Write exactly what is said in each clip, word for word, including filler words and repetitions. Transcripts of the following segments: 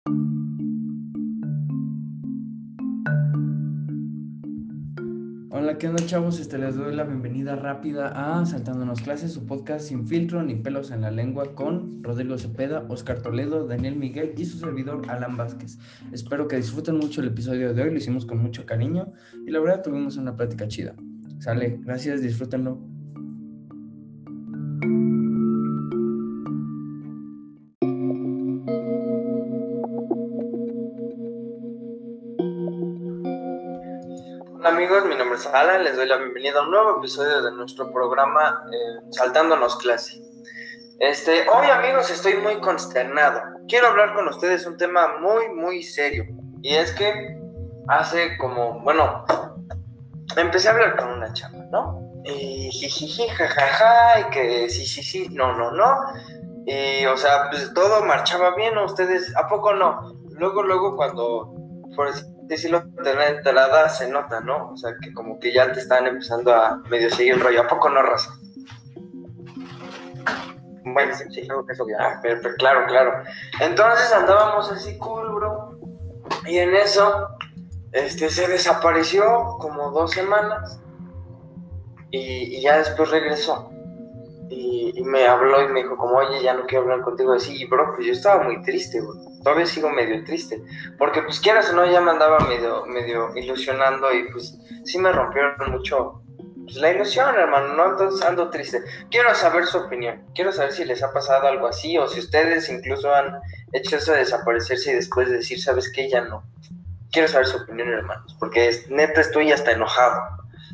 Hola, ¿qué onda, chavos? Este, les doy la bienvenida rápida a Saltándonos Clases, su podcast sin filtro ni pelos en la lengua con Rodrigo Cepeda, Oscar Toledo, Daniel Miguel y su servidor Alan Vázquez. Espero que disfruten mucho el episodio de hoy, lo hicimos con mucho cariño y la verdad tuvimos una plática chida. Sale, gracias, disfrútenlo. Hola amigos, mi nombre es Alan, les doy la bienvenida a un nuevo episodio de nuestro programa eh, Saltándonos Clase. Este, hoy amigos estoy muy consternado. Quiero hablar con ustedes un tema muy muy serio. Y es que hace como, bueno, empecé a hablar con una chava, ¿no? Y jijiji, jajaja, y que sí, sí, sí, no, no, no. Y o sea, pues todo marchaba bien, ¿no? Ustedes, ¿a poco no? Luego, luego cuando, por así decirlo, te la entrada se nota, ¿no? O sea, que como que ya te están empezando a medio seguir el rollo. ¿A poco no, raza? Bueno, sí, sí, creo que eso ya. Ah, pero, pero, claro, claro. Entonces andábamos así cool, bro. Y en eso, este, se desapareció como dos semanas. Y, y ya después regresó. Y, y me habló y me dijo como, oye, ya no quiero hablar contigo así. Y bro, pues yo estaba muy triste, güey. Todavía sigo medio triste. Porque pues quieras o no, ya me andaba medio, medio ilusionando. Y pues sí me rompieron mucho pues, la ilusión, hermano, ¿no? Entonces ando triste. Quiero saber su opinión. Quiero saber si les ha pasado algo así. O si ustedes incluso han hecho eso de desaparecerse y después de decir, ¿sabes qué? Ya no. Quiero saber su opinión, hermanos. Porque es, neta estoy hasta enojado.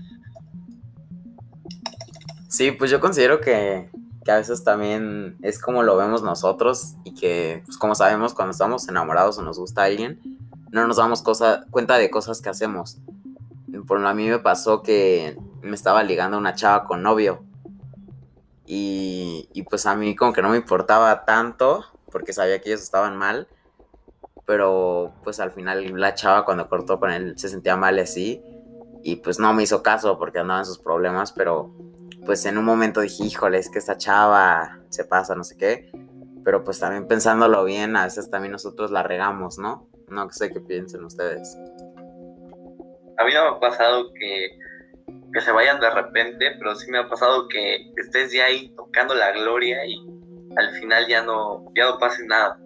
Sí, pues yo considero que, que a veces también es como lo vemos nosotros y que, pues como sabemos, cuando estamos enamorados o nos gusta alguien, no nos damos cosa, cuenta de cosas que hacemos. Por ejemplo, a mí me pasó que me estaba ligando a una chava con novio y, y pues a mí como que no me importaba tanto porque sabía que ellos estaban mal, pero pues al final la chava cuando cortó con él se sentía mal así y pues no me hizo caso porque andaba en sus problemas, pero pues en un momento dije, híjole, es que esta chava se pasa, no sé qué, pero pues también pensándolo bien, a veces también nosotros la regamos, ¿no? No sé qué piensen ustedes. A mí no me ha pasado que, que se vayan de repente, pero sí me ha pasado que estés ya ahí tocando la gloria y al final ya no, ya no pase nada.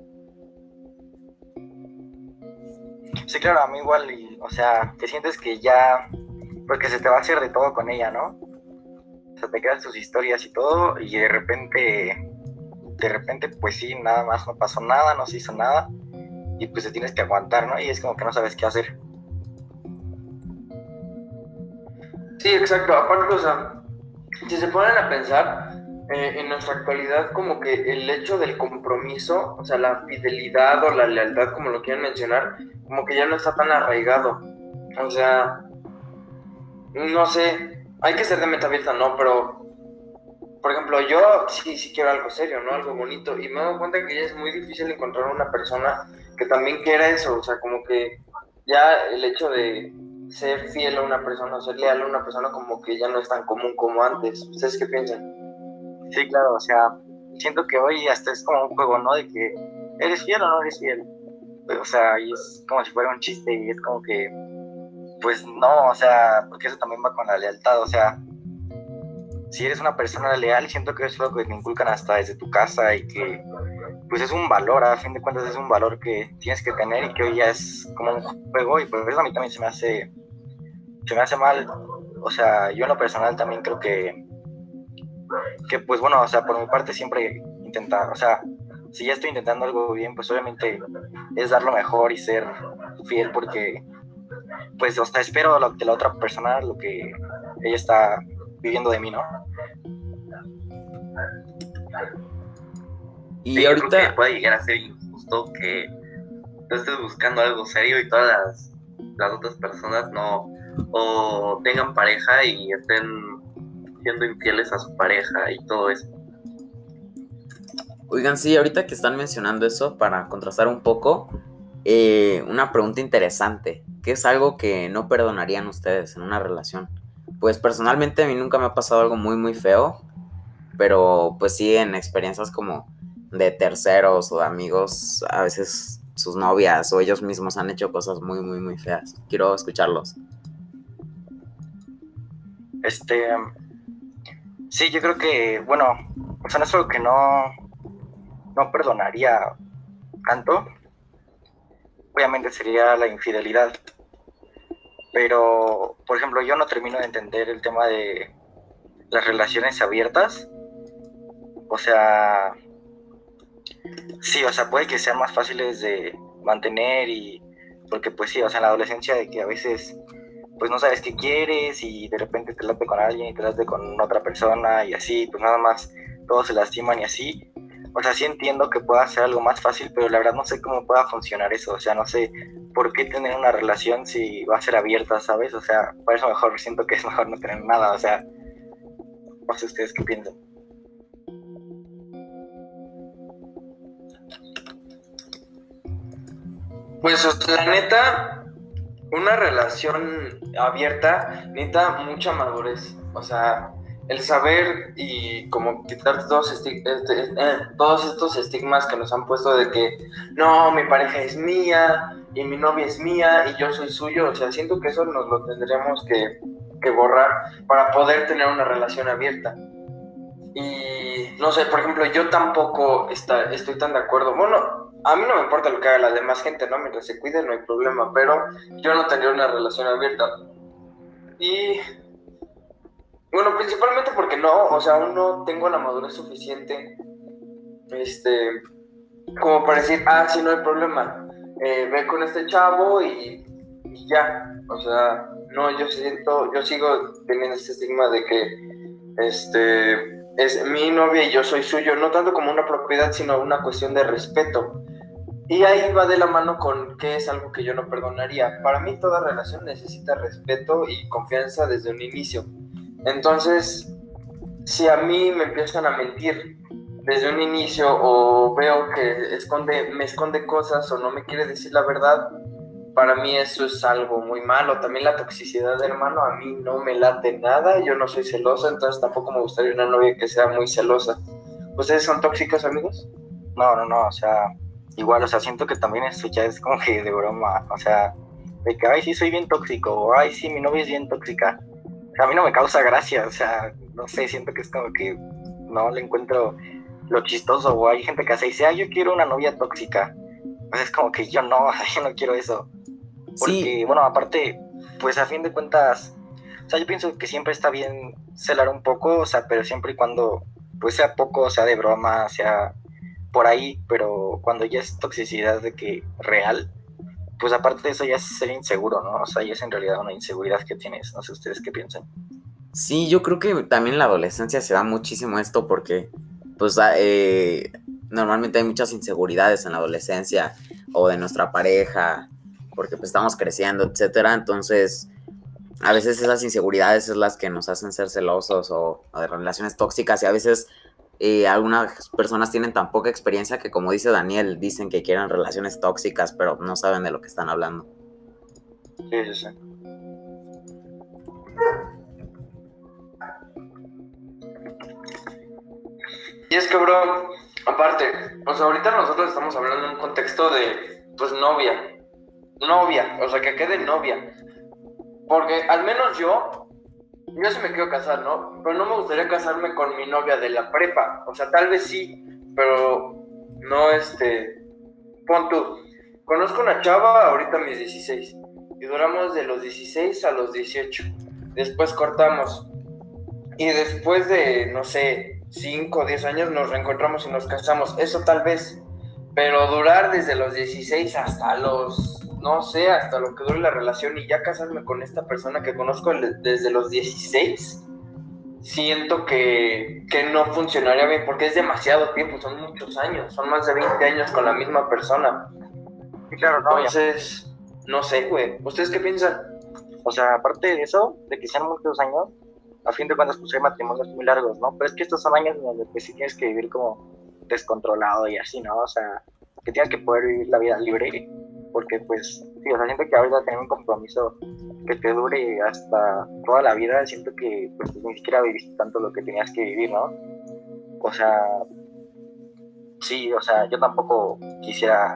Sí, claro, a mí igual, y, o sea, que sientes que ya, porque se te va a hacer de todo con ella, ¿no? O sea, te quedan tus historias y todo, y de repente, de repente, pues sí, nada más, no pasó nada, no se hizo nada, y pues te tienes que aguantar, ¿no? Y es como que no sabes qué hacer. Sí, exacto. Aparte, o sea, si se ponen a pensar, eh, en nuestra actualidad como que el hecho del compromiso, o sea, la fidelidad o la lealtad, como lo quieran mencionar, como que ya no está tan arraigado. O sea, no sé, hay que ser de mente abierta, ¿no? Pero, por ejemplo, yo sí, sí quiero algo serio, ¿no? Algo bonito. Y me doy cuenta que ya es muy difícil encontrar una persona que también quiera eso. O sea, como que ya el hecho de ser fiel a una persona, o ser leal a una persona, como que ya no es tan común como antes. ¿Ustedes qué piensan? Sí, claro, o sea, siento que hoy hasta es como un juego, ¿no? De que eres fiel o no eres fiel. O sea, y es como si fuera un chiste y es como que, pues no, o sea, porque eso también va con la lealtad, o sea, si eres una persona leal, siento que eso es lo que te inculcan hasta desde tu casa y que pues es un valor, a fin de cuentas es un valor que tienes que tener y que hoy ya es como un juego y pues eso a mí también se me hace, se me hace mal. O sea, yo en lo personal también creo que, que pues bueno, o sea, por mi parte siempre intentar, o sea, si ya estoy intentando algo bien, pues obviamente es dar lo mejor y ser fiel porque pues, o sea, espero de la otra persona lo que ella está viviendo de mí, ¿no? Y Sí, yo creo que ahorita, puede llegar a ser injusto que tú estés buscando algo serio y todas las, las otras personas no, o tengan pareja y estén siendo infieles a su pareja y todo eso. oigan, sí, ahorita que están mencionando eso, para contrastar un poco, eh, una pregunta interesante, ¿qué es algo que no perdonarían ustedes en una relación? Pues personalmente a mí nunca me ha pasado algo muy muy feo, pero pues sí en experiencias como de terceros o de amigos a veces sus novias o ellos mismos han hecho cosas muy, muy, muy feas. Quiero escucharlos. Este, sí, yo creo que, bueno, o sea, no es algo que no, no perdonaría tanto. Obviamente sería la infidelidad. Pero, por ejemplo, yo no termino de entender el tema de las relaciones abiertas. O sea, sí, o sea, puede que sean más fáciles de mantener y porque pues sí, o sea, en la adolescencia de que a veces pues no sabes qué quieres y de repente te late con alguien y te late con otra persona y así, pues nada más todos se lastiman y así. O sea, sí entiendo que pueda ser algo más fácil, pero la verdad no sé cómo pueda funcionar eso. O sea, no sé por qué tener una relación si va a ser abierta, ¿sabes? O sea, por eso mejor siento que es mejor no tener nada. O sea, no sé ustedes qué piensan. Pues, o sea, la neta, una relación abierta necesita mucha madurez. O sea, el saber y como quitar todos, esti- este, eh, todos estos estigmas que nos han puesto de que no, mi pareja es mía y mi novia es mía y yo soy suyo. O sea, siento que eso nos lo tendríamos que, que borrar para poder tener una relación abierta. Y no sé, por ejemplo, yo tampoco está, estoy tan de acuerdo. Bueno, a mí no me importa lo que haga la demás gente, ¿no? Mientras se cuide no hay problema, pero yo no tendría una relación abierta. Y bueno, principalmente porque no, o sea, aún no tengo la madurez suficiente, este, como para decir, ah, sí, no hay problema, eh, ve con este chavo y, y ya. O sea, no, yo siento, yo sigo teniendo este estigma de que, este, es mi novia y yo soy suyo, no tanto como una propiedad, sino una cuestión de respeto. Y ahí va de la mano con qué es algo que yo no perdonaría. Para mí toda relación necesita respeto y confianza desde un inicio. Entonces, si a mí me empiezan a mentir desde un inicio o veo que esconde, me esconde cosas o no me quiere decir la verdad, para mí eso es algo muy malo. También la toxicidad, hermano, a mí no me late nada. Yo no soy celosa, entonces tampoco me gustaría una novia que sea muy celosa. ¿Ustedes son tóxicos, amigos? No, no, no, o sea, igual, o sea, siento que también esto ya es como que de broma, o sea, de que, ay, sí, soy bien tóxico, o ay, sí, mi novia es bien tóxica. O sea, a mí no me causa gracia, o sea, no sé, siento que es como que no le encuentro lo chistoso, o hay gente que hace y dice, ay, yo quiero una novia tóxica. Pues es como que yo no, yo no quiero eso. Porque, Sí, bueno, aparte, pues a fin de cuentas, o sea, yo pienso que siempre está bien celar un poco, o sea, pero siempre y cuando, pues sea poco, sea de broma, sea por ahí, pero cuando ya es toxicidad de que real, pues aparte de eso ya es ser inseguro, ¿no? O sea, ya es en realidad una inseguridad que tienes, no sé ustedes qué piensan. sí, yo creo que también en la adolescencia se da muchísimo esto porque, pues, ah, eh, normalmente hay muchas inseguridades en la adolescencia o de nuestra pareja, porque pues estamos creciendo, etcétera. Entonces, a veces esas inseguridades es las que nos hacen ser celosos o, o de relaciones tóxicas y a veces eh, algunas personas tienen tan poca experiencia que, como dice Daniel, dicen que quieren relaciones tóxicas, pero no saben de lo que están hablando. Sí, sí, sí. Y es que, bro, aparte, o sea, ahorita nosotros estamos hablando en un contexto de, pues, novia. Novia, o sea, que quede novia. Porque al menos yo, yo sí me quiero casar, ¿no? Pero no me gustaría casarme con mi novia de la prepa. O sea, tal vez sí, pero no, este... Pon tú, conozco una chava ahorita a mis dieciséis y duramos de los dieciséis a los dieciocho. Después cortamos. Y después de, no sé, cinco o diez años nos reencontramos y nos casamos. Eso tal vez. Pero durar desde los dieciséis hasta los, no sé, hasta lo que dure la relación y ya casarme con esta persona que conozco desde los dieciséis, siento que, que no funcionaría bien porque es demasiado tiempo, son muchos años, son más de veinte años con la misma persona. Sí, claro, no, ya. Entonces, no sé, güey. ¿Ustedes qué piensan? O sea, aparte de eso, de que sean muchos años, a fin de cuentas, pues hay matrimonios muy largos, ¿no? Pero es que estos son años en donde pues sí tienes que vivir como descontrolado y así, ¿no? O sea, que tienes que poder vivir la vida libre, porque pues, sí, o sea, siento que ahorita tener un compromiso que te dure hasta toda la vida, siento que pues ni siquiera viviste tanto lo que tenías que vivir, ¿no? O sea, sí, o sea, yo tampoco quisiera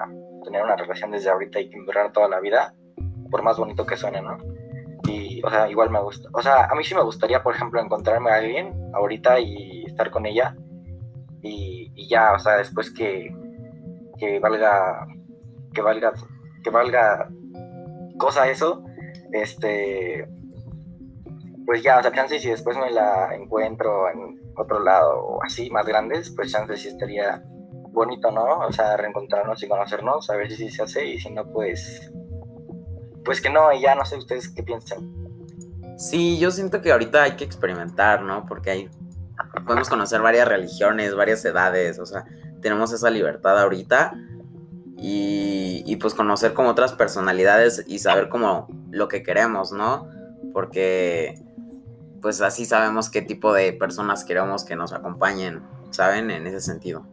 tener una relación desde ahorita y que durar toda la vida, por más bonito que suene, ¿no? Y, o sea, igual me gusta. O sea, a mí sí me gustaría, por ejemplo, encontrarme a alguien ahorita y estar con ella. Y, y ya, o sea, después que, que valga, que valga, que valga cosa eso, este, pues ya, o sea, chance si después me la encuentro en otro lado o así, más grandes, pues chance sí estaría bonito, ¿no? O sea, reencontrarnos y conocernos, a ver si sí se hace, y si no, pues, pues que no, y ya no sé ustedes qué piensan. Sí, yo siento que ahorita hay que experimentar, ¿no? Porque hay, podemos conocer varias religiones, varias edades, o sea, tenemos esa libertad ahorita y, y pues conocer como otras personalidades y saber como lo que queremos, ¿no? Porque pues así sabemos qué tipo de personas queremos que nos acompañen, ¿saben? En ese sentido.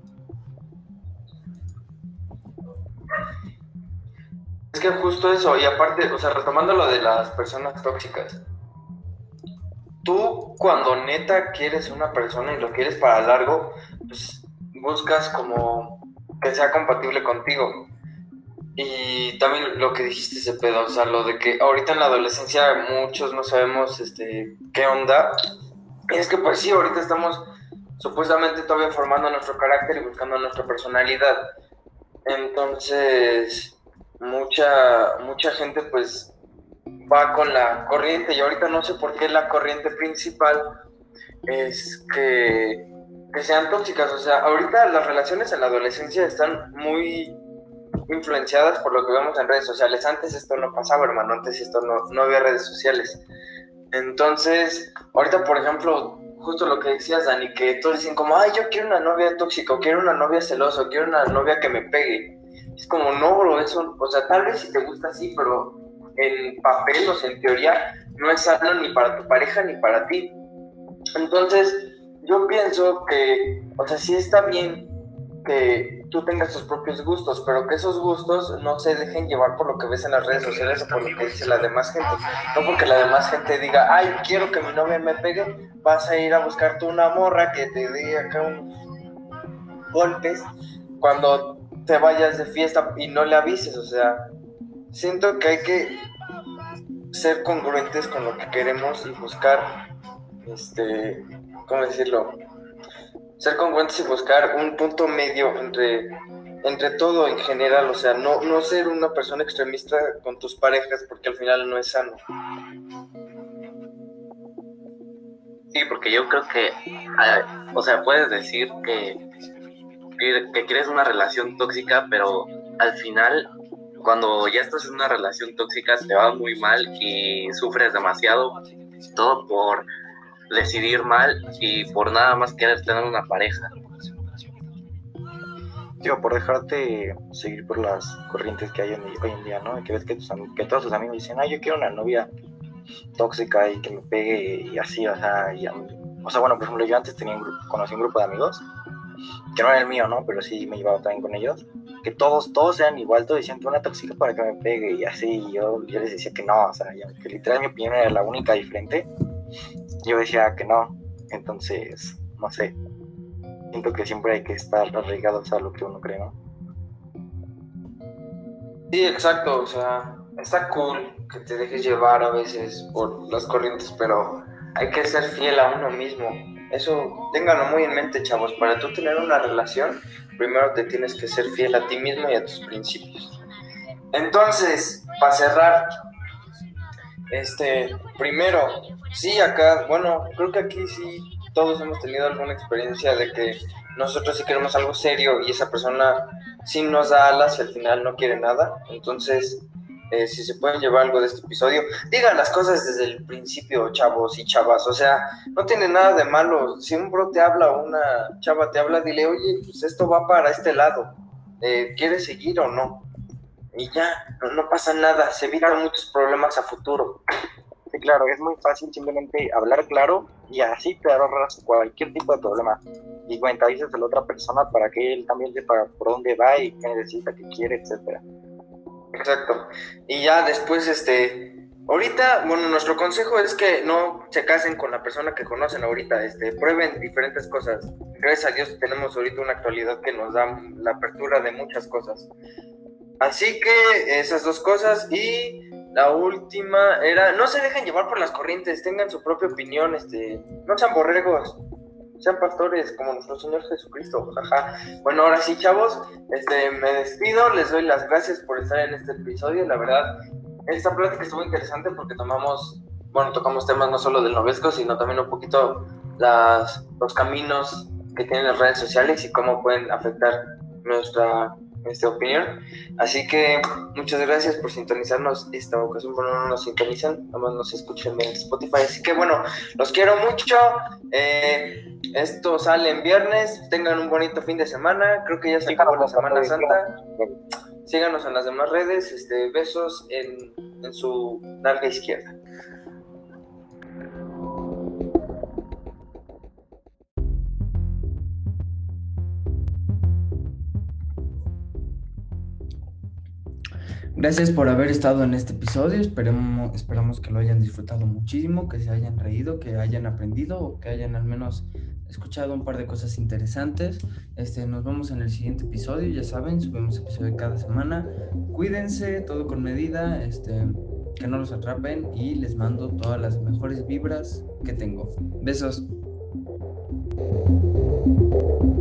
Es que justo eso, y aparte, o sea, retomando lo de las personas tóxicas, tú cuando neta quieres una persona y lo quieres para largo, pues buscas como que sea compatible contigo. Y también lo que dijiste ese pedo, o sea, lo de que ahorita en la adolescencia muchos no sabemos este, qué onda. Y es que pues sí, ahorita estamos supuestamente todavía formando nuestro carácter y buscando nuestra personalidad. Entonces, mucha, mucha gente pues va con la corriente, y ahorita no sé por qué la corriente principal es que, que sean tóxicas. O sea, ahorita las relaciones en la adolescencia están muy influenciadas por lo que vemos en redes sociales. Antes esto no pasaba, hermano, antes esto no, no había redes sociales. Entonces, ahorita, por ejemplo, justo lo que decías, Dani, que todos dicen como, ay, yo quiero una novia tóxica, o quiero una novia celosa, o quiero una novia que me pegue. Es como, no, bro, eso, o sea, tal vez si te gusta así, pero en papel, o sea, en teoría, no es sano ni para tu pareja ni para ti. Entonces, yo pienso que, o sea, sí está bien que tú tengas tus propios gustos, pero que esos gustos no se dejen llevar por lo que ves en las redes sociales o por lo que dice la demás gente. No porque la demás gente diga, ay, quiero que mi novia me pegue, vas a ir a buscarte una morra que te dé acá unos golpes cuando te vayas de fiesta y no le avises. O sea, siento que hay que ser congruentes con lo que queremos y buscar, este, ¿cómo decirlo? Ser congruentes y buscar un punto medio entre, entre todo en general. O sea, no, no ser una persona extremista con tus parejas, porque al final no es sano. Sí, porque yo creo que, uh, o sea, puedes decir que, que, que quieres una relación tóxica, pero al final, cuando ya estás en una relación tóxica, te va muy mal y sufres demasiado, todo por decidir mal y por nada más querer tener una pareja. Digo, por dejarte seguir por las corrientes que hay hoy en día, ¿no? Que ves que, tus, que todos tus amigos dicen, ay, yo quiero una novia tóxica y que me pegue y así, o sea, y, o sea, bueno, por ejemplo, yo antes tenía un grupo, conocí un grupo de amigos, que no era el mío, ¿no? Pero sí me llevaba también con ellos, que todos, todos eran igual, todos decían, una tóxica para que me pegue y así, y yo, yo les decía que no, o sea, que literal mi opinión era la única diferente, yo decía que no. Entonces, no sé, siento que siempre hay que estar arraigados a lo que uno cree, ¿no? Sí, exacto, o sea, está cool que te dejes llevar a veces por las corrientes, pero hay que ser fiel a uno mismo. Eso, ténganlo muy en mente, chavos. Para tú tener una relación, primero te tienes que ser fiel a ti mismo y a tus principios. Entonces, para cerrar, este, primero, sí, acá, bueno, creo que aquí sí todos hemos tenido alguna experiencia de que nosotros sí queremos algo serio y esa persona sí nos da alas y al final no quiere nada. Entonces, eh, si se pueden llevar algo de este episodio, digan las cosas desde el principio, chavos y chavas. O sea, no tiene nada de malo. Si un bro te habla o una chava te habla, dile, oye, pues esto va para este lado, eh, ¿quieres seguir o no? Y ya, no, no pasa nada, se evitan muchos problemas a futuro. Sí, claro, es muy fácil simplemente hablar claro y así te ahorras cualquier tipo de problema. Y mentalizas a la otra persona para que él también sepa por dónde va y qué necesita, qué quiere, etcétera. Exacto. Y ya después, este, ahorita, bueno, nuestro consejo es que no se casen con la persona que conocen ahorita, este, prueben diferentes cosas. Gracias a Dios tenemos ahorita una actualidad que nos da la apertura de muchas cosas. Así que esas dos cosas. Y la última era, no se dejen llevar por las corrientes, tengan su propia opinión, este, no sean borregos, sean pastores como nuestro Señor Jesucristo, jaja. Bueno, ahora sí, chavos, este, me despido, les doy las gracias por estar en este episodio. La verdad, esta plática estuvo interesante porque tomamos, bueno, tocamos temas no solo del noviazgo, sino también un poquito las, los caminos que tienen las redes sociales y cómo pueden afectar nuestra, nuestra opinión. Así que muchas gracias por sintonizarnos esta ocasión. Bueno, no nos sintonizan, nada más nos escuchan en Spotify. Así que bueno, los quiero mucho. Eh, esto sale en viernes. Tengan un bonito fin de semana. Creo que ya se acabó la Semana Santa. Síganos en las demás redes. Este, besos en, en su nalga izquierda. Gracias por haber estado en este episodio. Esperemos, esperamos que lo hayan disfrutado muchísimo, que se hayan reído, que hayan aprendido o que hayan al menos escuchado un par de cosas interesantes. Este, nos vemos en el siguiente episodio. Ya saben, subimos episodio cada semana. Cuídense, todo con medida, este, que no los atrapen y les mando todas las mejores vibras que tengo. Besos.